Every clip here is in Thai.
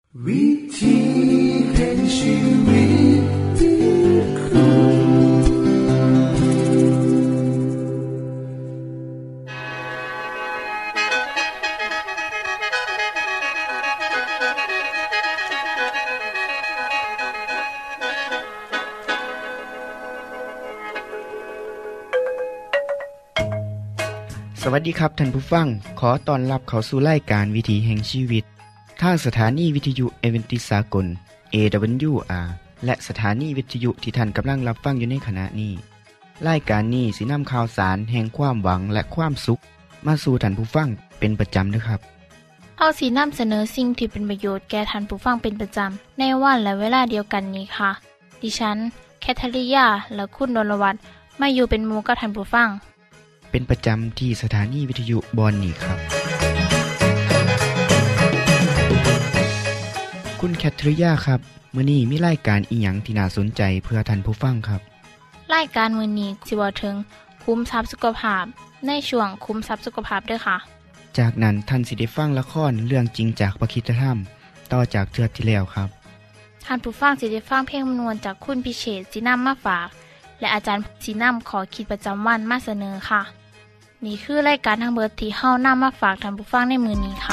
วิธีแห่งชีวิตที่คุณสวัสดีครับท่านผู้ฟังขอต้อนรับเข้าสู่รายการวิถีแห่งชีวิตทางสถานีวิทยุเอเวนติสากล AWR และสถานีวิทยุที่ท่านกำลังรับฟังอยู่ในขณะนี้รายการนี้สินำข่าวสารแห่งความหวังและความสุขมาสู่ท่านผู้ฟังเป็นประจำนะครับเฮาสินำเสนอสิ่งที่เป็นประโยชน์แก่ท่านผู้ฟังเป็นประจำในวันและเวลาเดียวกันนี้ค่ะดิฉันแคทริยาและคุณดลวัฒน์มาอยู่เป็นหมู่กับท่านผู้ฟังเป็นประจำที่สถานีวิทยุบอนนี่ครับคุณแคทริยาครับมื้อนี้มีรายการอีหยังที่น่าสนใจเพื่อท่านผู้ฟังครับรายการมื้อนี้สิเว้าถึงคุ้มทรัพย์สุขภาพในช่วงคุ้มทรัพย์สุขภาพด้วยค่ะจากนั้นท่านสิได้ฟังละครเรื่องจริงจากพระคริสตธรรมต่อจากเทื่อที่แล้วครับท่านผู้ฟังสิได้ฟังเพลงมนวนจากคุณพิเชษฐ์สินำมาฝากและอาจารย์สินำขอคิดประจำวันมาเสนอค่ะนี่คือรายการทางเบิร์ดที่เฮานำมาฝากท่านผู้ฟังในมื้อนี้ค่ะ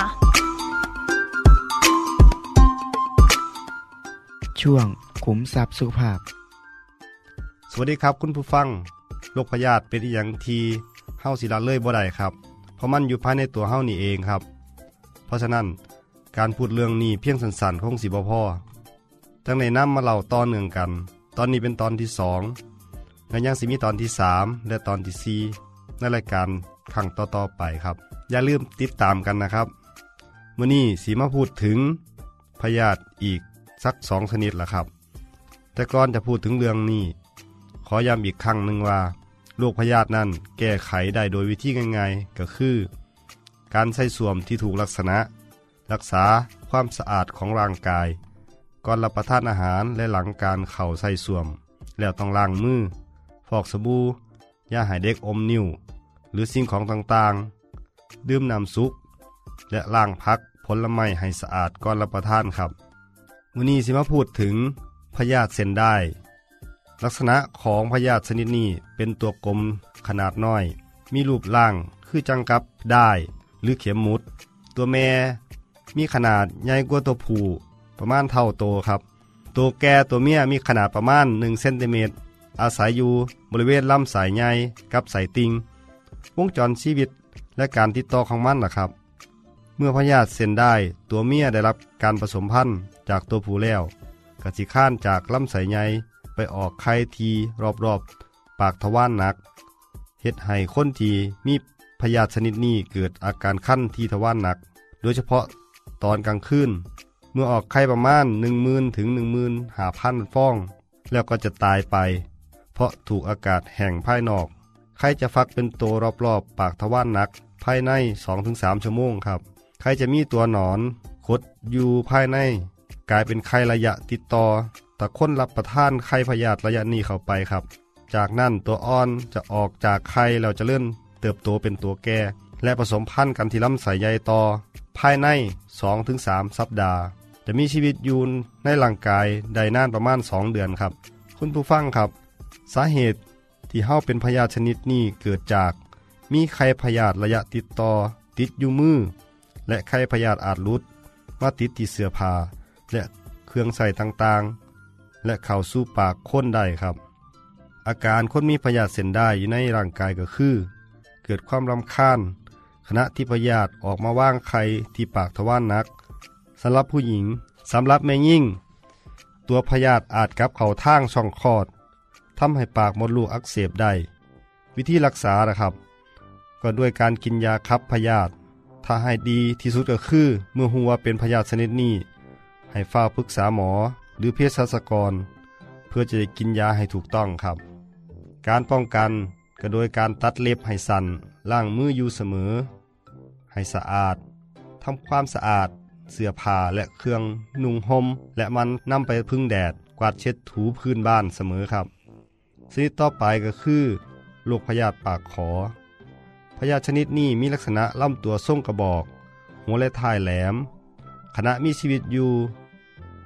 ช่วงขุมทรัพย์สุขภาพสวัสดีครับคุณผู้ฟังโรคพยาธิเป็นอีหยังที่เฮาสิละเลยบ่ได้ครับเพราะมันอยู่ภายในตัวเฮานี่เองครับเพราะฉะนั้นการพูดเรื่องนี้เพียงสั้นๆคงสิบ่พอจังได้นำมาเล่าต่อเนื่องกันตอนนี้เป็นตอนที่2และยังสิมีตอนที่3และตอนที่4ในรายการครั้งต่อๆไปครับอย่าลืมติดตามกันนะครับมื้อนี้สิมาพูดถึงพยาธิอีกสัก2ชนิดล่ะครับแต่ก่อนจะพูดถึงเรื่องนี้ขอย้ำอีกครั้งหนึ่งว่าโรคพยาธินั้นแก้ไขได้โดยวิธีง่ายๆก็คือการใส่ส้วมที่ถูกลักษณะรักษาความสะอาดของร่างกายก่อนรับประทานอาหารและหลังการเข้าใส่ส้วมแล้วต้องล้างมือฟอกสบู่อย่าให้เด็กอมนิ้วหรือสิ่งของต่างๆดื่มน้ำซุปและล้างผักผลไม้ให้สะอาดก่อนรับประทานครับมื้อนี้สิมาพูดถึงพยาธิเส้นได้ลักษณะของพยาธิชนิดนี้เป็นตัวกลมขนาดน้อยมีรูปร่างคือจังกับได้หรือเข็มมุดตัวแม่มีขนาดใหญ่กว่าตัวผู้ประมาณเท่าโตครับตัวแก่ตัวเมียมีขนาดประมาณ1เซนติเมตรอาศัยอยู่บริเวณลำไส้ใหญ่กับไส้ติ่งวงจรชีวิตและการติดต่อของมันล่ะครับเมื่อพยาธิเส้นได้ตัวเมียได้รับการผสมพันธุ์จากตัวผู้แล้วก็สิข้านจากลำไส้ใหญ่ไปออกไข่ทีรอบๆปากทวารหนักเฮ็ดให้คนที่มีพยาธิชนิดนี้เกิดอาการคันที่ทวารหนักโดยเฉพาะตอนกลางคืนเมื่อออกไข่ประมาณ 10,000 ถึง 15,000 ฟองแล้วก็จะตายไปเพราะถูกอากาศแห้งภายนอกไข่จะฟักเป็นตัวรอบๆปากทวารหนักภายใน 2-3 ชั่วโมงครับไข่จะมีตัวหนอนขดอยู่ภายในกลายเป็นไข่ระยะติดต่อแต่คนรับประทานไข่พยาธิระยะนี้เข้าไปครับจากนั้นตัวอ่อนจะออกจากไข่แล้วจะเริ่มเติบโตเป็นตัวแก่และผสมพันธุ์กันที่ลำไส้ใหญ่ต่อภายใน 2-3 สัปดาห์จะมีชีวิตอยู่ในร่างกายได้นานประมาณ2 เดือนครับคุณผู้ฟังครับสาเหตุที่เฮาเป็นพยาธิชนิดนี้เกิดจากมีไข้พยาธิระยะติดต่อติดอยู่มือและไข้พยาธิอาจหลุดมาติดที่เสื้อผ้าและเครื่องใส่ต่างๆและเข้าสู่ปากคนได้ครับอาการคนมีพยาธิเส้นได้อยู่ในร่างกายก็คือเกิดความรำคาญขณะที่พยาธิออกมาว่างไข่ที่ปากทวารหนักสำหรับผู้หญิงสำหรับแม่ยิ่งตัวพยาธิอาจกลับเข้าทางช่องคลอดทำให้ปากมดลูกอักเสบได้วิธีรักษานะครับก็ด้วยการกินยาขับพยาธิถ้าให้ดีที่สุดก็คือเมื่อรู้ว่าเป็นพยาธิชนิดนี้ให้เฝ้าปรึกษาหมอหรือเภสัชกรเพื่อจะได้กินยาให้ถูกต้องครับการป้องกันก็โดยการตัดเล็บให้สั้นล้างมืออยู่เสมอให้สะอาดทำความสะอาดเสื้อผ้าและเครื่องนุ่งห่มและมันนำไปพึ่งแดดกวาดเช็ดถูพื้นบ้านเสมอครับชนิดต่อไปก็คือโรคพยาธิปากขอพยาธิชนิดนี้มีลักษณะลำตัวทรงกระบอกหัวและท้ายแหลมขณะมีชีวิตอยู่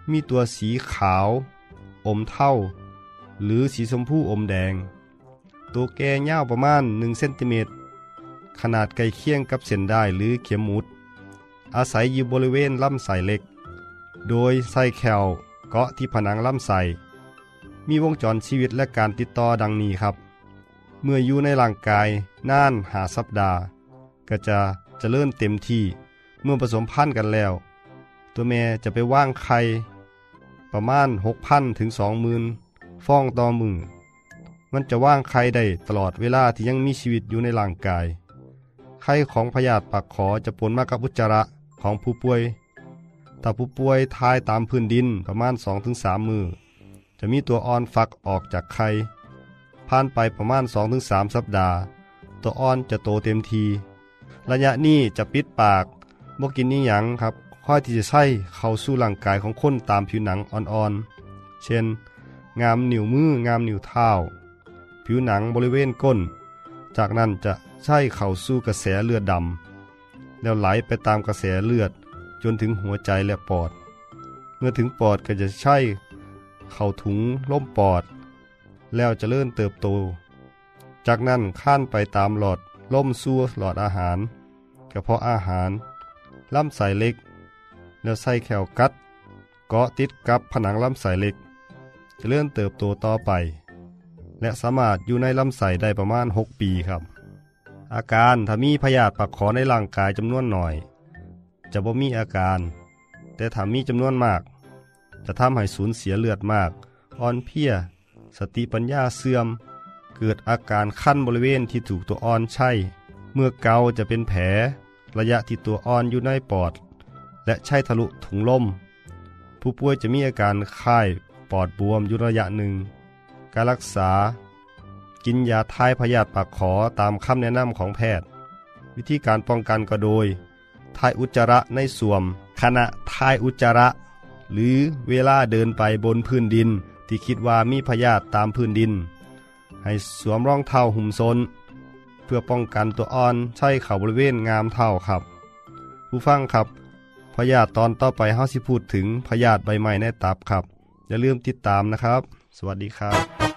มีตัวสีขาวอมเทาหรือสีชมพูอมแดงตัวแก่ยาวประมาณ1เซนติเมตรขนาดใกล้เคียงกับเส้นด้ายหรือเข็มหมุดอาศัยอยู่บริเวณลำไส้เล็กโดยไส้แคลเกาะที่ผนังลำไส้มีวงจรชีวิตและการติดต่อดังนี้ครับเมื่ออยู่ในร่างกายนาน5 สัปดาห์ก็จะเจริญเต็มที่เมื่อผสมพันธุ์กันแล้วตัวแม่จะไปว่างไข่ประมาณ 6,000 ถึง 20,000 ฟองต่อมือมันจะว่างไข่ได้ตลอดเวลาที่ยังมีชีวิตอยู่ในร่างกายไข่ของพยาธิปากขอจะปนมากับอุจจาระของผู้ป่วยถ้าผู้ป่วยทายตามพื้นดินประมาณ 2-3 มื้อจะมีตัวอ่อนฟักออกจากไข่ผ่านไปประมาณ 2-3 สัปดาห์ตัวอ่อนจะโตเต็มทีระยะนี้จะปิดปากบ่กินนิหยังครับค่อยที่จะใช้เข้าสู่ร่างกายของคนตามผิวหนังอ่อนๆเช่นงามนิ้วมืองามนิ้วเท้าผิวหนังบริเวณก้นจากนั้นจะใช้เข้าสู่กระแสเลือดดำแล้วไหลไปตามกระแสเลือดจนถึงหัวใจและปอดเมื่อถึงปอดก็จะใช้เข้าถุงลมปอดแล้วเจริญเติบโตจากนั้นข้านไปตามหลอดลมสู่หลอดอาหารกระเพาะอาหารลำไส้เล็กแล้วไส้แคลกัดเกาะติดกับผนังลำไส้เล็กเจริญเติบโตต่อไปและสามารถอยู่ในลำไส้ได้ประมาณ6 ปีครับอาการถ้ามีพยาธิปากขอในร่างกายจำนวนหน่อยจะบ่มีอาการแต่ถ้ามีจำนวนมากจะทำให้สูญเสียเลือดมากอ่อนเพลียสติปัญญาเสื่อมเกิดอาการคันบริเวณที่ถูกตัวอ่อนใช้เมื่อเกาจะเป็นแผลระยะที่ตัวอ่อนอยู่ในปอดและใช้ทะลุถุงลมผู้ป่วยจะมีอาการไข้ปอดบวมอยู่ระยะหนึ่งการรักษากินยาทายพยาธิปากขอตามคำแนะนำของแพทย์วิธีการป้องกันก็โดยทายอุจจาระในส้วมขณะทายอุจจาระหรือเวลาเดินไปบนพื้นดินที่คิดว่ามีพยาธิตามพื้นดินให้สวมรองเท้าหุ้มส้นเพื่อป้องกันตัวอ่อนใช้เข่าบริเวณงามเท้าครับผู้ฟังครับพยาธิตอนต่อไปเฮาสิพูดถึงพยาธิใบไม้ในตับครับอย่าลืมติดตามนะครับสวัสดีครับ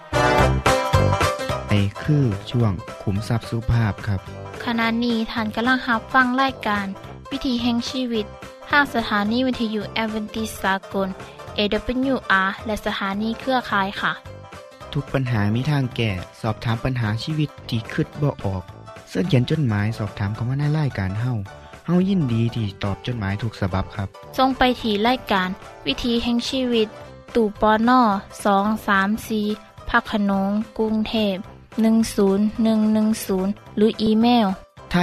ไอคือช่วงขุมทรัพย์สุภาพครับขณะนี้ท่านกำลังรับฟังรายการวิถีแห่งชีวิตทางสถานีวิทยุแอดเวนทิสต์สากล AWR และสถานีเครือข่ายค่ะทุกปัญหามีทางแก้สอบถามปัญหาชีวิตที่คิดบ่ออกเสิร์ชเขียนจดหมายสอบถามเข้ามาในรายการเฮายินดีที่ตอบจดหมายทุกฉบับครับส่งไปที่รายการวิถีแห่งชีวิตตู้ปน234พักขนงกรุงเทพ10110หรืออีเมล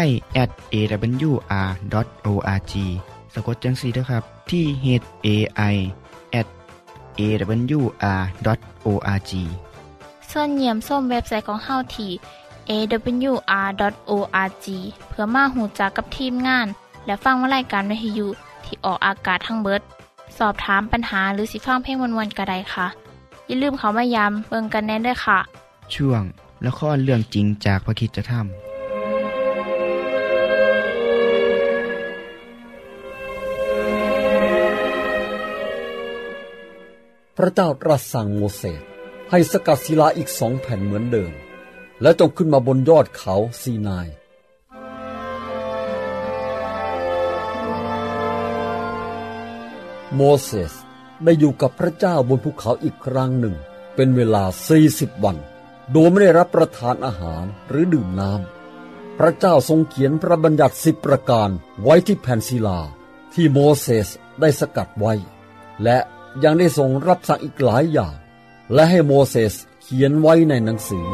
thai@awr.org สะกดจังซี่เด้อครับที่ hai@awr.org ส่วนเยี่ยมส้มเว็บไซต์ของเฮาที่ awr.org เพื่อมาหูจักกับทีมงานและฟังวารายการวิทยุที่ออกอากาศทั้งเบิดสอบถามปัญหาหรือสิฟังเพลงวนๆก็ได้ค่ะอย่าลืมเข้ามาย้ำเบิ่งกันแน่ด้วยค่ะช่วงละครเรื่องจริงจากพระคริสตธรรมพระเจ้าตรัสสั่งโมเสสให้สกัดศิลาอีก2 แผ่นเหมือนเดิมและจงขึ้นมาบนยอดเขาซีนายโมเสสได้อยู่กับพระเจ้าบนภูเขาอีกครั้งหนึ่งเป็นเวลา40 วันโดยไม่ได้รับประทานอาหารหรือดื่มน้ำพระเจ้าทรงเขียนพระบัญญัติ10 ประการไว้ที่แผ่นศิลาที่โมเสสได้สกัดไว้และยังได้ทรงรับสั่งอีกหลายอย่างและให้โมเสสเขียนไว้ในหนังสือ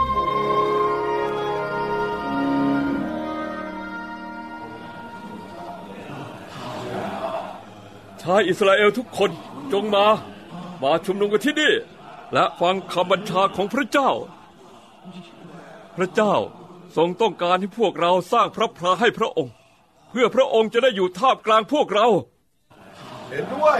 ชาวอิสราเอลทุกคนจงมาชุมนุมกันที่นี่และฟังคำบัญชาของพระเจ้าพระเจ้าทรงต้องการให้พวกเราสร้างพระพลาให้พระองค์เพื่อพระองค์จะได้อยู่ท่ามกลางพวกเราเห็นด้วย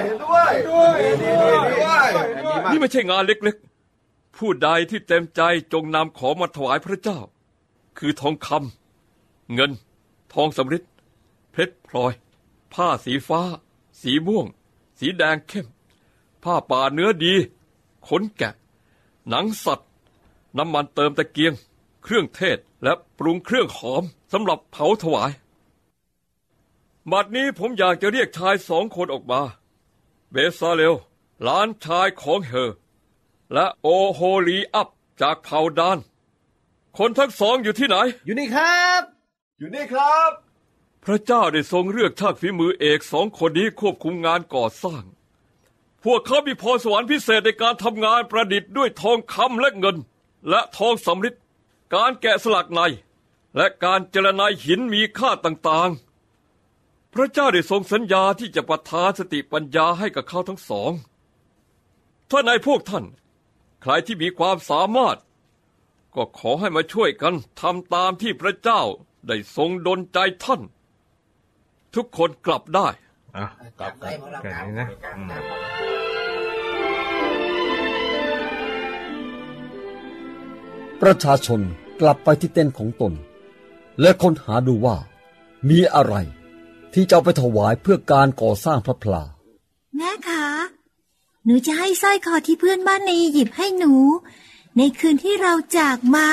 นี่ไม่ใช่งานเล็กๆผู้ใดที่เต็มใจจงนำของมาถวายพระเจ้าคือทองคำเงินทองสำริดเพชรพลอยผ้าสีฟ้าสีม่วงสีแดงเข้มผ้าป่าเนื้อดีขนแกะหนังสัตว์น้ำมันเติมตะเกียงเครื่องเทศและปรุงเครื่องหอมสำหรับเผาถวายบัดนี้ผมอยากจะเรียกชาย2 คนออกมาเบซาเลลหลานชายของเฮอและโอโฮลีอัพจากเผ่าดานคนทั้งสองอยู่ที่ไหนอยู่นี่ครับอยู่นี่ครับพระเจ้าได้ทรงเลือกช่างฝีมือเอก2 คนนี้ควบคุมงานก่อสร้างพวกเขามีพรสวรรค์พิเศษในการทำงานประดิษฐ์ด้วยทองคำและเงินและทองสำริดการแกะสลักในและการเจรไนหินมีค่าต่างๆพระเจ้าได้ทรงสัญญาที่จะประทานสติปัญญาให้กับเขาทั้งสองถ้าในพวกท่านใครที่มีความสามารถก็ขอให้มาช่วยกันทำตามที่พระเจ้าได้ทรงดลใจท่านทุกคนกลับได้กลับแค่นี้นะประชาชนกลับไปที่เต็นท์ของตนและค้นหาดูว่ามีอะไรที่จะเอาไปถวายเพื่อการก่อสร้างพระพลาแม่คะหนูจะให้สร้อยคอที่เพื่อนบ้านในอียิปต์ให้หนูในคืนที่เราจากมา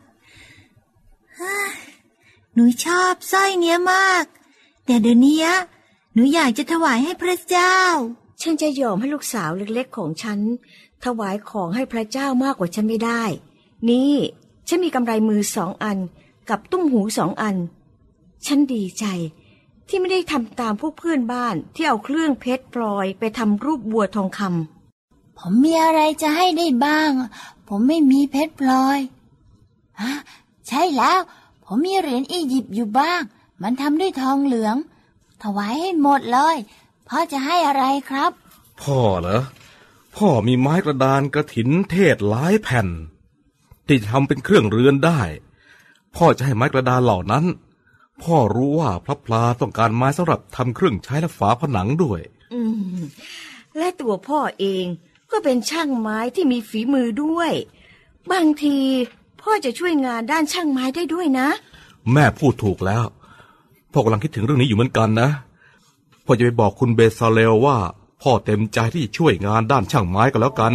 หนูชอบสร้อยเนี้ยมากแต่เดี๋ยวนี้หนูอยากจะถวายให้พระเจ้าฉันจะยอมให้ลูกสาวเล็กๆของฉันถวายของให้พระเจ้ามากกว่าฉันไม่ได้นี่ฉันมีกำไรมือ2 อันกับตุ้มหู2 อันฉันดีใจที่ไม่ได้ทำตามพวกเพื่อนบ้านที่เอาเครื่องเพชรพลอยไปทำรูปบัวทองคำผมมีอะไรจะให้ได้บ้างผมไม่มีเพชรพลอยใช่แล้วผมมีเหรียญอียิปต์อยู่บ้างมันทำด้วยทองเหลืองถวายให้หมดเลยพ่อจะให้อะไรครับพ่อเหรอพ่อมีไม้กระดานกฐินเทศหลายแผ่นที่ทำเป็นเครื่องเรือนได้พ่อจะให้ไม้กระดานเหล่านั้นพ่อรู้ว่าพระพลาต้องการไม้สำหรับทำเครื่องใช้และฝาผนังด้วยและตัวพ่อเองก็เป็นช่างไม้ที่มีฝีมือด้วยบางทีพ่อจะช่วยงานด้านช่างไม้ได้ด้วยนะแม่พูดถูกแล้วพ่อกำลังคิดถึงเรื่องนี้อยู่เหมือนกันนะพ่อจะไปบอกคุณเบซาเลลว่าพ่อเต็มใจที่จะช่วยงานด้านช่างไม้ก็แล้วกัน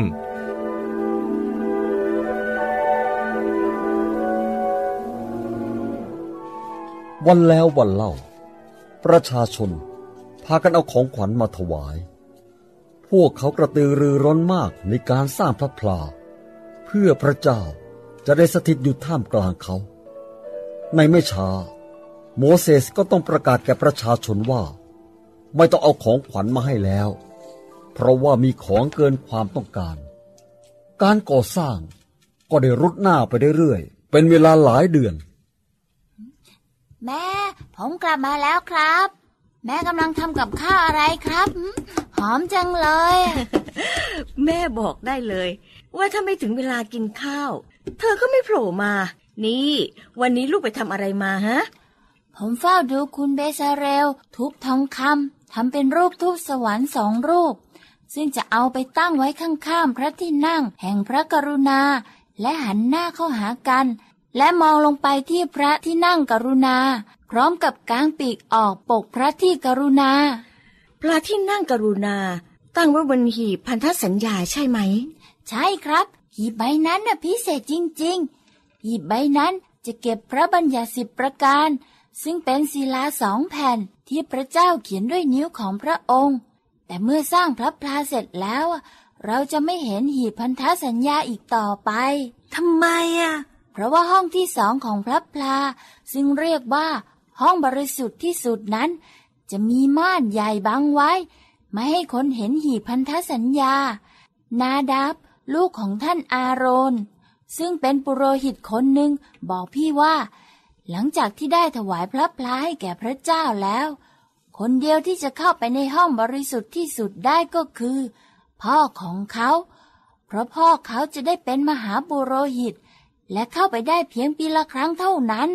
วันแล้ววันเล่าประชาชนพากันเอาของขวัญมาถวายพวกเขากระตือรือร้นมากในการสร้างพระพลาเพื่อพระเจ้าจะได้สถิตอยู่ท่ามกลางเขาในไม่ช้าโมเสสก็ต้องประกาศแก่ประชาชนว่าไม่ต้องเอาของขวัญมาให้แล้วเพราะว่ามีของเกินความต้องการการก่อสร้างก็ได้รุดหน้าไปเรื่อยๆเป็นเวลาหลายเดือนแม่ผมกลับมาแล้วครับแม่กำลังทำกับข้าวอะไรครับหอมจังเลยแม่บอกได้เลยว่าถ้าไม่ถึงเวลากินข้าวเธอก็ไม่โผล่มานี่วันนี้ลูกไปทำอะไรมาฮะผมเฝ้าดูคุณเบซาเรลทุบทองคำทำเป็นรูปทูปสวรรค์2 รูปซึ่งจะเอาไปตั้งไว้ข้างๆพระที่นั่งแห่งพระกรุณาและหันหน้าเข้าหากันและมองลงไปที่พระที่นั่งกรุณาพร้อมกับกางปีกออกปกพระที่กรุณาพระที่นั่งกรุณาตั้งไว้บนหีบพันธสัญญาใช่ไหมใช่ครับหีบใบนั้นน่ะพิเศษจริงๆหีบใบนั้นจะเก็บพระบัญญัติ10 ประการซึ่งเป็นศิลา2 แผ่นที่พระเจ้าเขียนด้วยนิ้วของพระองค์แต่เมื่อสร้างพระพลาเสร็จแล้วเราจะไม่เห็นหีบพันธสัญญาอีกต่อไปทำไมเพราะว่าห้องที่2ของพระพลาซึ่งเรียกว่าห้องบริสุทธิ์ที่สุดนั้นจะมีม่านใหญ่บังไว้ไม่ให้คนเห็นหีบพันธสัญญานาดาบลูกของท่านอาโรนซึ่งเป็นปุโรหิตคนหนึ่งบอกพี่ว่าหลังจากที่ได้ถวายพระพลาให้แก่พระเจ้าแล้วคนเดียวที่จะเข้าไปในห้องบริสุทธิ์ที่สุดได้ก็คือพ่อของเขาเพราะพ่อเขาจะได้เป็นมหาปุโรหิตและเข้าไปได้เพียงปีละครั้งเท่านั้น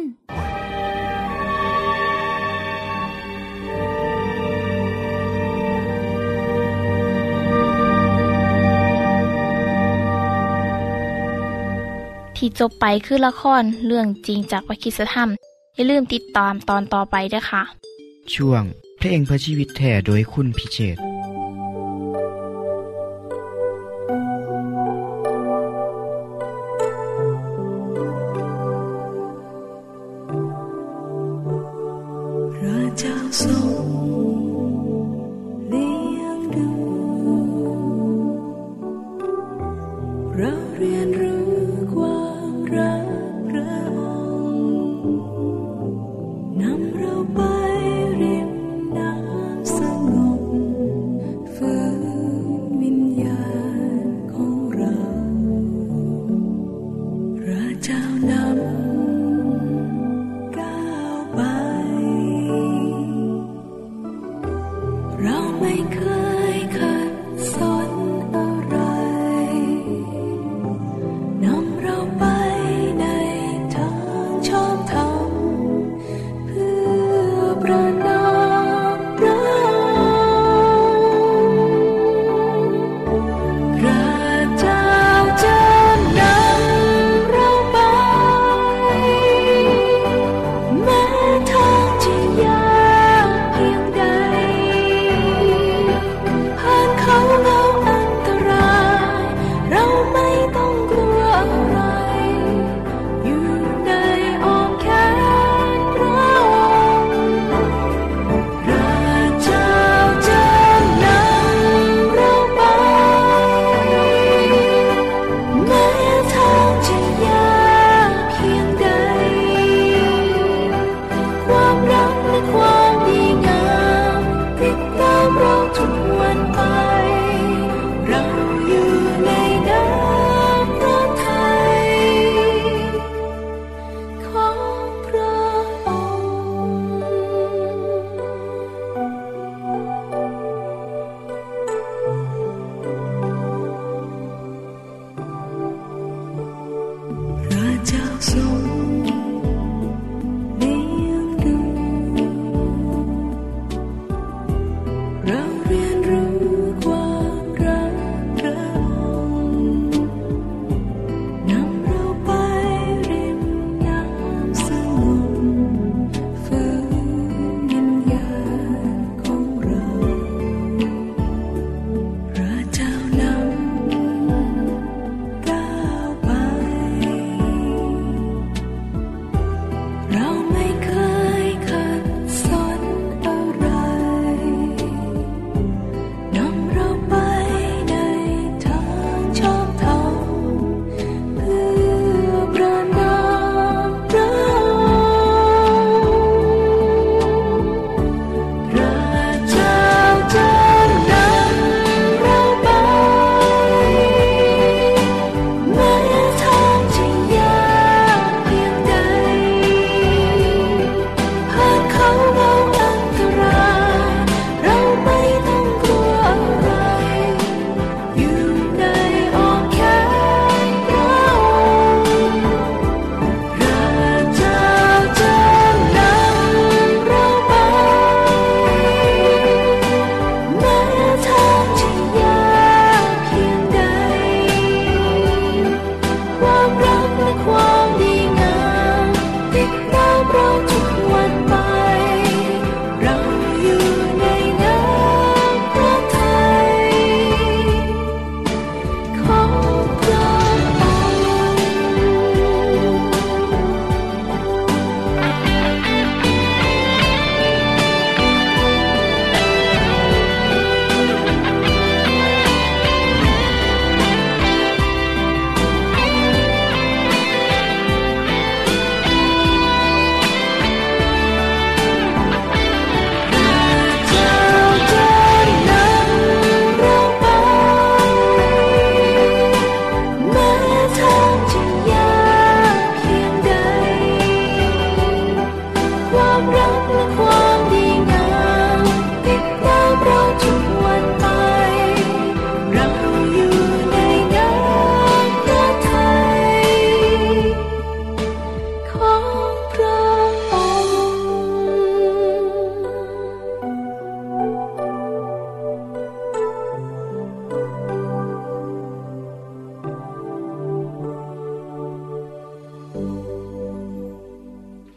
ที่จบไปคือละครเรื่องจริงจากวิคิสธรรมอย่าลืมติดตามตอนต่อไปด้วยค่ะช่วงเพลงเพื่อชีวิตแท้โดยคุณพิเชษฐ์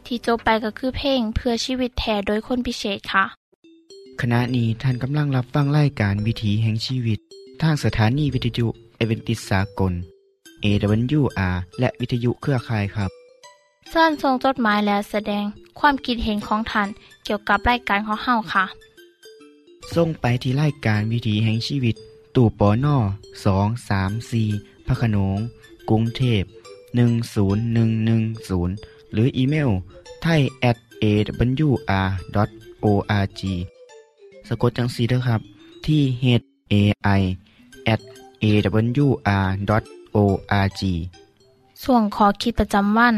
ที่จบไปก็คือเพลงเพื่อชีวิตแท้โดยคนพิเศษค่ะขณะนี้ท่านกำลังรับฟังรายการวิถีแห่งชีวิตทางสถานีวิทยุเอเวนติสากล AWR และวิทยุเครือข่ายครับเชิญส่งจดหมายและแสดงความคิดเห็นของท่านเกี่ยวกับรายการของเฮาค่ะส่งไปที่รายการวิถีแห่งชีวิตตู้ปน234พระโขนงกรุงเทพ10110หรืออีเมล thai@awr.org สะกดจังซี่เด้อครับที่ thai@awr.org ส่วนขอคิดประจำวัน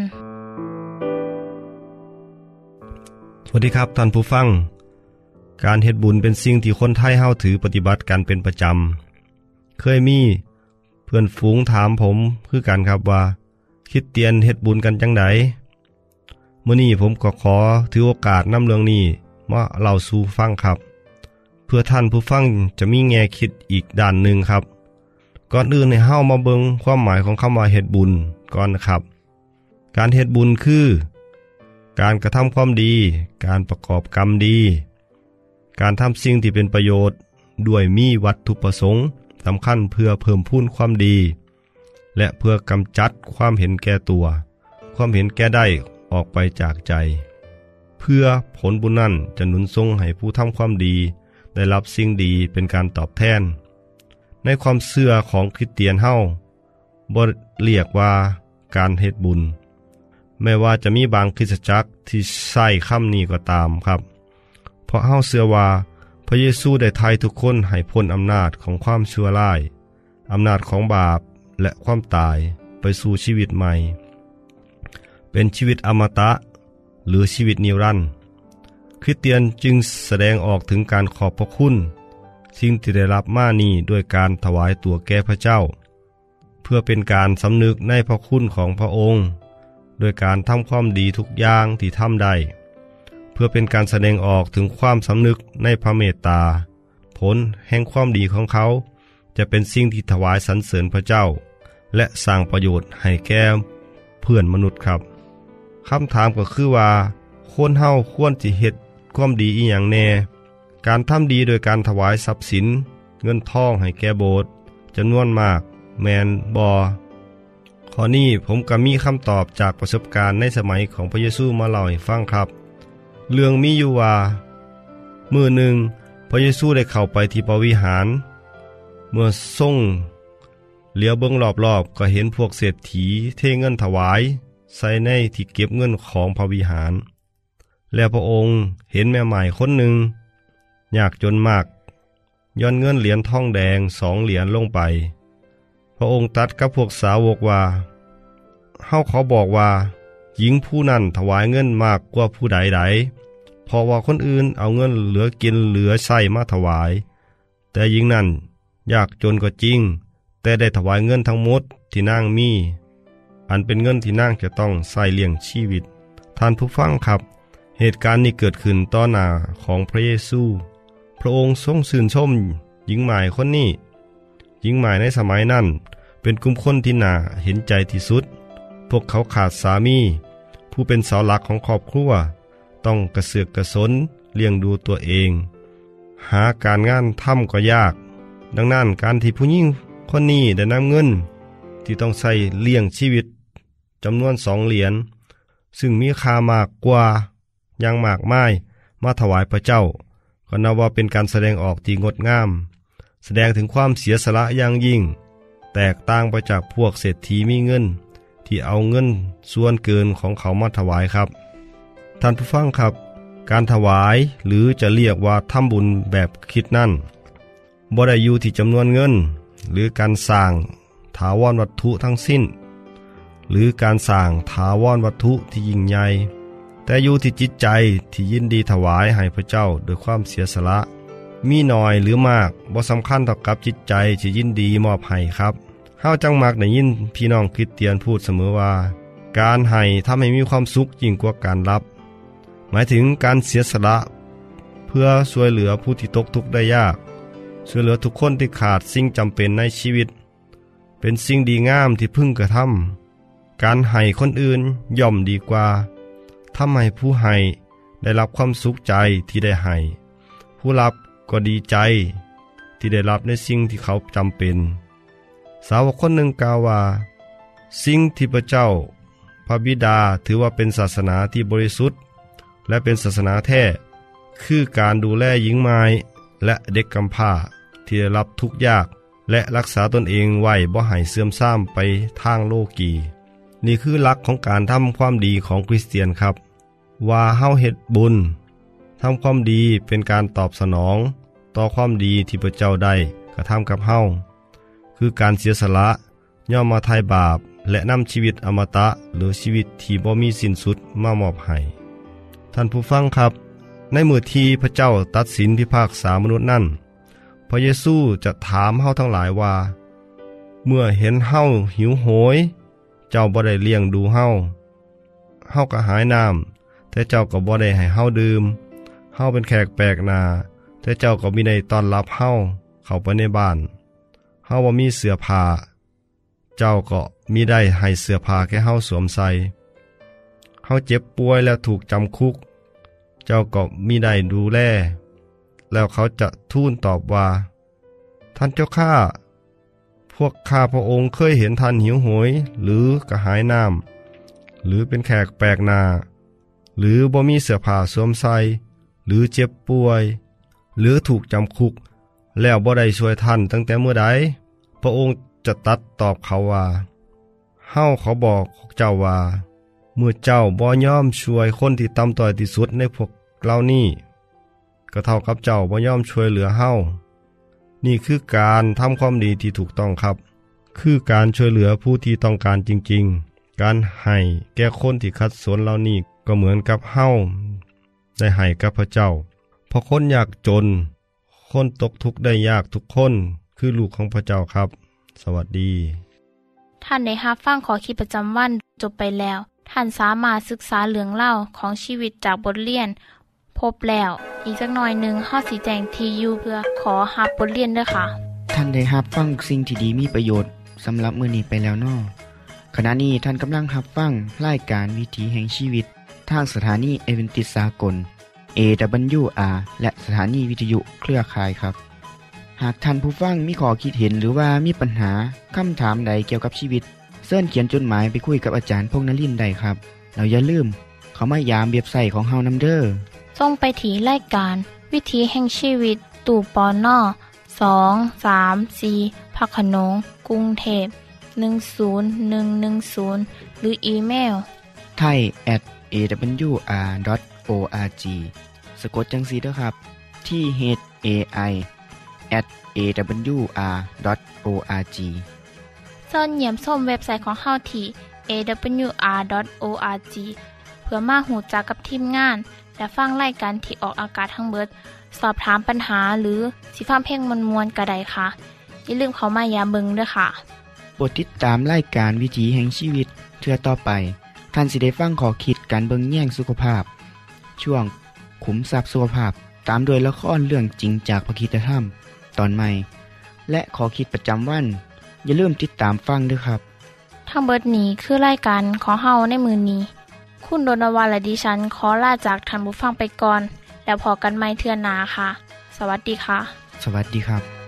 สวัสดีครับท่านผู้ฟังการเฮ็ดบุญเป็นสิ่งที่คนไทยเฮาถือปฏิบัติกันเป็นประจำเคยมีเพื่อนฝูงถามผมคือกันครับว่าคริสเตียนเฮ็ดบุญกันจังไดมื้อนี้ผมก็ขอถือโอกาสนำเรื่องนี้มาเล่าสู่ฟังครับเพื่อท่านผู้ฟังจะมีแง่คิดอีกด้านหนึ่งครับก่อนอื่นให้เฮามาเบิ่งความหมายของคำว่าเฮ็ดบุญก่อนนะครับการเฮ็ดบุญคือการกระทำความดีการประกอบกรรมดีการทำสิ่งที่เป็นประโยชน์ด้วยมีวัตถุประสงค์สำคัญเพื่อเพิ่มพูนความดีและเพื่อกำจัดความเห็นแก่ตัวความเห็นแก่ได้ออกไปจากใจเพื่อผลบุญนั้นจะหนุนส่งให้ผู้ทำความดีได้รับสิ่งดีเป็นการตอบแทนในความเชื่อของคริสเตียนเฮาบ่เรียกว่าการเฮ็ดบุญแม้ว่าจะมีบางคริสตจักรที่ใช้คำนี้ก็ตามครับเพราะเฮาเชื่อว่าพระเยซูได้ไถ่ทุกคนให้พ้นอำนาจของความชั่วร้ายอำนาจของบาปและความตายไปสู่ชีวิตใหม่เป็นชีวิตอมตะหรือชีวิตนิรันดร์คริสเตียนจึงแสดงออกถึงการขอบพระคุณสิ่งที่ได้รับมานี้ด้วยการถวายตัวแก่พระเจ้าเพื่อเป็นการสำนึกในพระคุณของพระองค์โดยการทำความดีทุกอย่างที่ทำได้เพื่อเป็นการแสดงออกถึงความสำนึกในพระเมตตาผลแห่งความดีของเขาจะเป็นสิ่งที่ถวายสรรเสริญพระเจ้าและสร้างประโยชน์ให้แก่เพื่อนมนุษย์ครับคำถามก็คือว่าคนเฮาควรสิเฮ็ดความดีอีหยังแน่การทำดีโดยการถวายทรัพย์สินเงินทองให้แก่โบสถ์จำนวนมากแมนบ่ข้อนี้ผมก็มีคำตอบจากประสบการณ์ในสมัยของพระเยซูมาเล่าให้ฟังครับเรื่องมีอยู่ว่ามื้อหนึ่งพระเยซูได้เข้าไปที่พระวิหารเมื่อทรงเลี้ยวเบิ่งรอบๆก็เห็นพวกเศรษฐีเทเงินถวายใส่ในที่เก็บเงินของพระวิหารและพระองค์เห็นแม่ใหม่คนหนึ่งยากจนมากย้อนเงินเหรียญทองแดง2 เหรียญลงไปพระองค์ตรัสกับพวกสาวกว่าเฮาขอบอกว่าหญิงผู้นั้นถวายเงินมากกว่าผู้ใดๆเพราะว่าคนอื่นเอาเงินเหลือกินเหลือใช้มาถวายแต่หญิงนั้นยากจนก็จริงแต่ได้ถวายเงินทั้งหมดที่นางมีอันเป็นเงินที่นางจะต้องใช้เลี้ยงชีวิตท่านผู้ฟังครับเหตุการณ์นี้เกิดขึ้นต่อหน้าของพระเยซูพระองค์ทรงชื่นชมหญิงใหม่คนนี้หญิงใหม่ในสมัยนั้นเป็นกลุ่มคนที่น่าเห็นใจที่สุดพวกเขาขาดสามีผู้เป็นเสาหลักของครอบครัวต้องกระเสือกกระสนเลี้ยงดูตัวเองหาการงานทำก็ยากดังนั้นการที่ผู้หญิงคนนี้ได้นำเงินที่ต้องใช้เลี้ยงชีวิตจำนวน2 เหรียญซึ่งมีค่ามากกว่าอย่างมากมายมาถวายพระเจ้าก็นับว่าเป็นการแสดงออกที่งดงามแสดงถึงความเสียสละอย่างยิ่งแตกต่างไปจากพวกเศรษฐีมีเงินที่เอาเงินส่วนเกินของเขามาถวายครับท่านผู้ฟังครับการถวายหรือจะเรียกว่าทำบุญแบบคิดนั่นบ่ได้อยู่ที่จำนวนเงินหรือการสร้างถาวรวัตถุทั้งสิ้นหรือการสร้างถาวรวัตถุที่ยิ่งใหญ่แต่อยู่ที่จิตใจที่ยินดีถวายให้พระเจ้าโดยความเสียสละมีน้อยหรือมากบ่สำคัญเท่ากับจิตใจที่ยินดีมอบให้ครับเฮาจังมักได้ยินพี่น้องคริสเตียนพูดเสมอว่าการให้ทำให้มีความสุขยิ่งกว่าการรับหมายถึงการเสียสละเพื่อช่วยเหลือผู้ที่ตกทุกข์ได้ยากช่วยเหลือทุกคนที่ขาดสิ่งจำเป็นในชีวิตเป็นสิ่งดีงามที่พึงกระทำการให้คนอื่นย่อมดีกว่าทำให้ผู้ให้ได้รับความสุขใจที่ได้ให้ผู้รับก็ดีใจที่ได้รับในสิ่งที่เขาจำเป็นสาวกคนหนึ่งกล่าวว่าสิ่งที่พระเจ้าพระบิดาถือว่าเป็นศาสนาที่บริสุทธิ์และเป็นศาสนาแท้คือการดูแลหญิงไม้และเด็กกำพร้าที่ได้รับทุกข์ยากและรักษาตนเองไว้บ่ให้เสื่อมทรามไปทางโลกีนี่คือหลักของการทำความดีของคริสเตียนครับว่าเฮาเฮ็ดบุญทำความดีเป็นการตอบสนองต่อความดีที่พระเจ้าได้กระทำกับเฮาคือการเสียสละย่อมมาไถ่บาปและนำชีวิตอมตะหรือชีวิตที่บ่มีสิ้นสุดมามอบให้ท่านผู้ฟังครับในมื้อที่พระเจ้าตัดสินพิพากษามนุษย์นั้นพระเยซูจะถามเฮาทั้งหลายว่าเมื่อเห็นเฮาหิวโหยเจ้าบ่ได้เลี้ยงดูเฮาก็หายน้ำแต่เจ้าก็บ่ได้ให้เฮาดื่มเฮาเป็นแขกแปลกหน้าแต่เจ้าก็มิได้ต้อนรับเฮาเข้าไปในบ้านเฮาบ่มีเสื้อผ้าเจ้าก็มิได้ให้เสื้อผ้าแก่เฮาสวมใส่เฮาเจ็บป่วยแล้วถูกจำคุกเจ้าก็มิได้ดูแลแล้วเขาจะทูลตอบว่าท่านเจ้าข้าพวกข้าพระองค์เคยเห็นท่านหิวโหยหรือกระหายน้ำหรือเป็นแขกแปลกหน้าหรือบ่มีเสื้อผ้าสวมใส่หรือเจ็บป่วยหรือถูกจำคุกแล้วบ่ได้ช่วยท่านตั้งแต่เมื่อใดพระองค์จะตัดตอบเขาว่าเฮาเขาบอกเจ้าว่าเมื่อเจ้าบ่ยอมช่วยคนที่ต่ำต้อยที่สุดในพวกเรานี่ก็เท่ากับเจ้าบ่ยอมช่วยเหลือเฮานี่คือการทำความดีที่ถูกต้องครับคือการช่วยเหลือผู้ที่ต้องการจริงๆการให้แก่คนที่ขัดสนเรานี่ก็เหมือนกับเฮาได้ให้กับพระเจ้าเพราะคนยากจนคนตกทุกข์ได้ยากทุกคนคือลูกของพระเจ้าครับสวัสดีท่านได้รับฟังขอคิดประจำวันจบไปแล้วท่านสามารถศึกษาเรื่องเล่าของชีวิตจากบทเรียนพบแล้วอีกสักหน่อยหนึ่งเฮาสิแจ้งที่อยู่เพื่อขอรับบทเรียนด้วยค่ะท่านได้รับฟังสิ่งที่ดีมีประโยชน์สำหรับมื้อนี้ไปแล้วน้อขณะนี้ท่านกำลังรับฟังรายการวิถีแห่งชีวิตทางสถานีเอเวนติสากล AWR และสถานีวิทยุเครือข่ายครับหากท่านผู้ฟังมีข้อคิดเห็นหรือว่ามีปัญหาคำถามใดเกี่ยวกับชีวิตเชิญเขียนจดหมายไปคุยกับอาจารย์พงษ์นฤมลได้ครับแล้วอย่าลืมเข้ามายามเว็บไซต์ของเฮานำเด้อส่งไปที่รายการวิถีแห่งชีวิตตู่ปน234พักขนงกรุงเทพ10110หรืออีเมล thai@awr.org สะกดจังซี่เด้อครับที่ thai@awr.org ส่วนเยี่ยมชมเว็บไซต์ของเฮาที่ awr.org เพื่อมาหูจักกับทีมงานและฟังรายการที่ออกอากาศทั้งเบิดสอบถามปัญหาหรือสิฟังเพลงมวลๆก็ได้ค่ะอย่าลืมเข้ามายามเบิ่งด้วยค่ะโปรดติดตามรายการวิถีแห่งชีวิตเทื่อต่อไปท่านสิได้ฟังขอคิดการเบิ่งแย่งสุขภาพช่วงขุมทรัพย์สุขภาพตามโดยละครเรื่องจริงจากพระคริสตธรรมตอนใหม่และขอคิดประจำวันอย่าลืมติดตามฟังด้วยครับทั้งเบิดนี้คือรายการของเฮาในมื้อนี้คุณโดนวาและดิฉันขอลาจากท่านผู้ฟังไปก่อนแล้วพอกันใหม่เทื่อหน้าค่ะสวัสดีค่ะสวัสดีครับ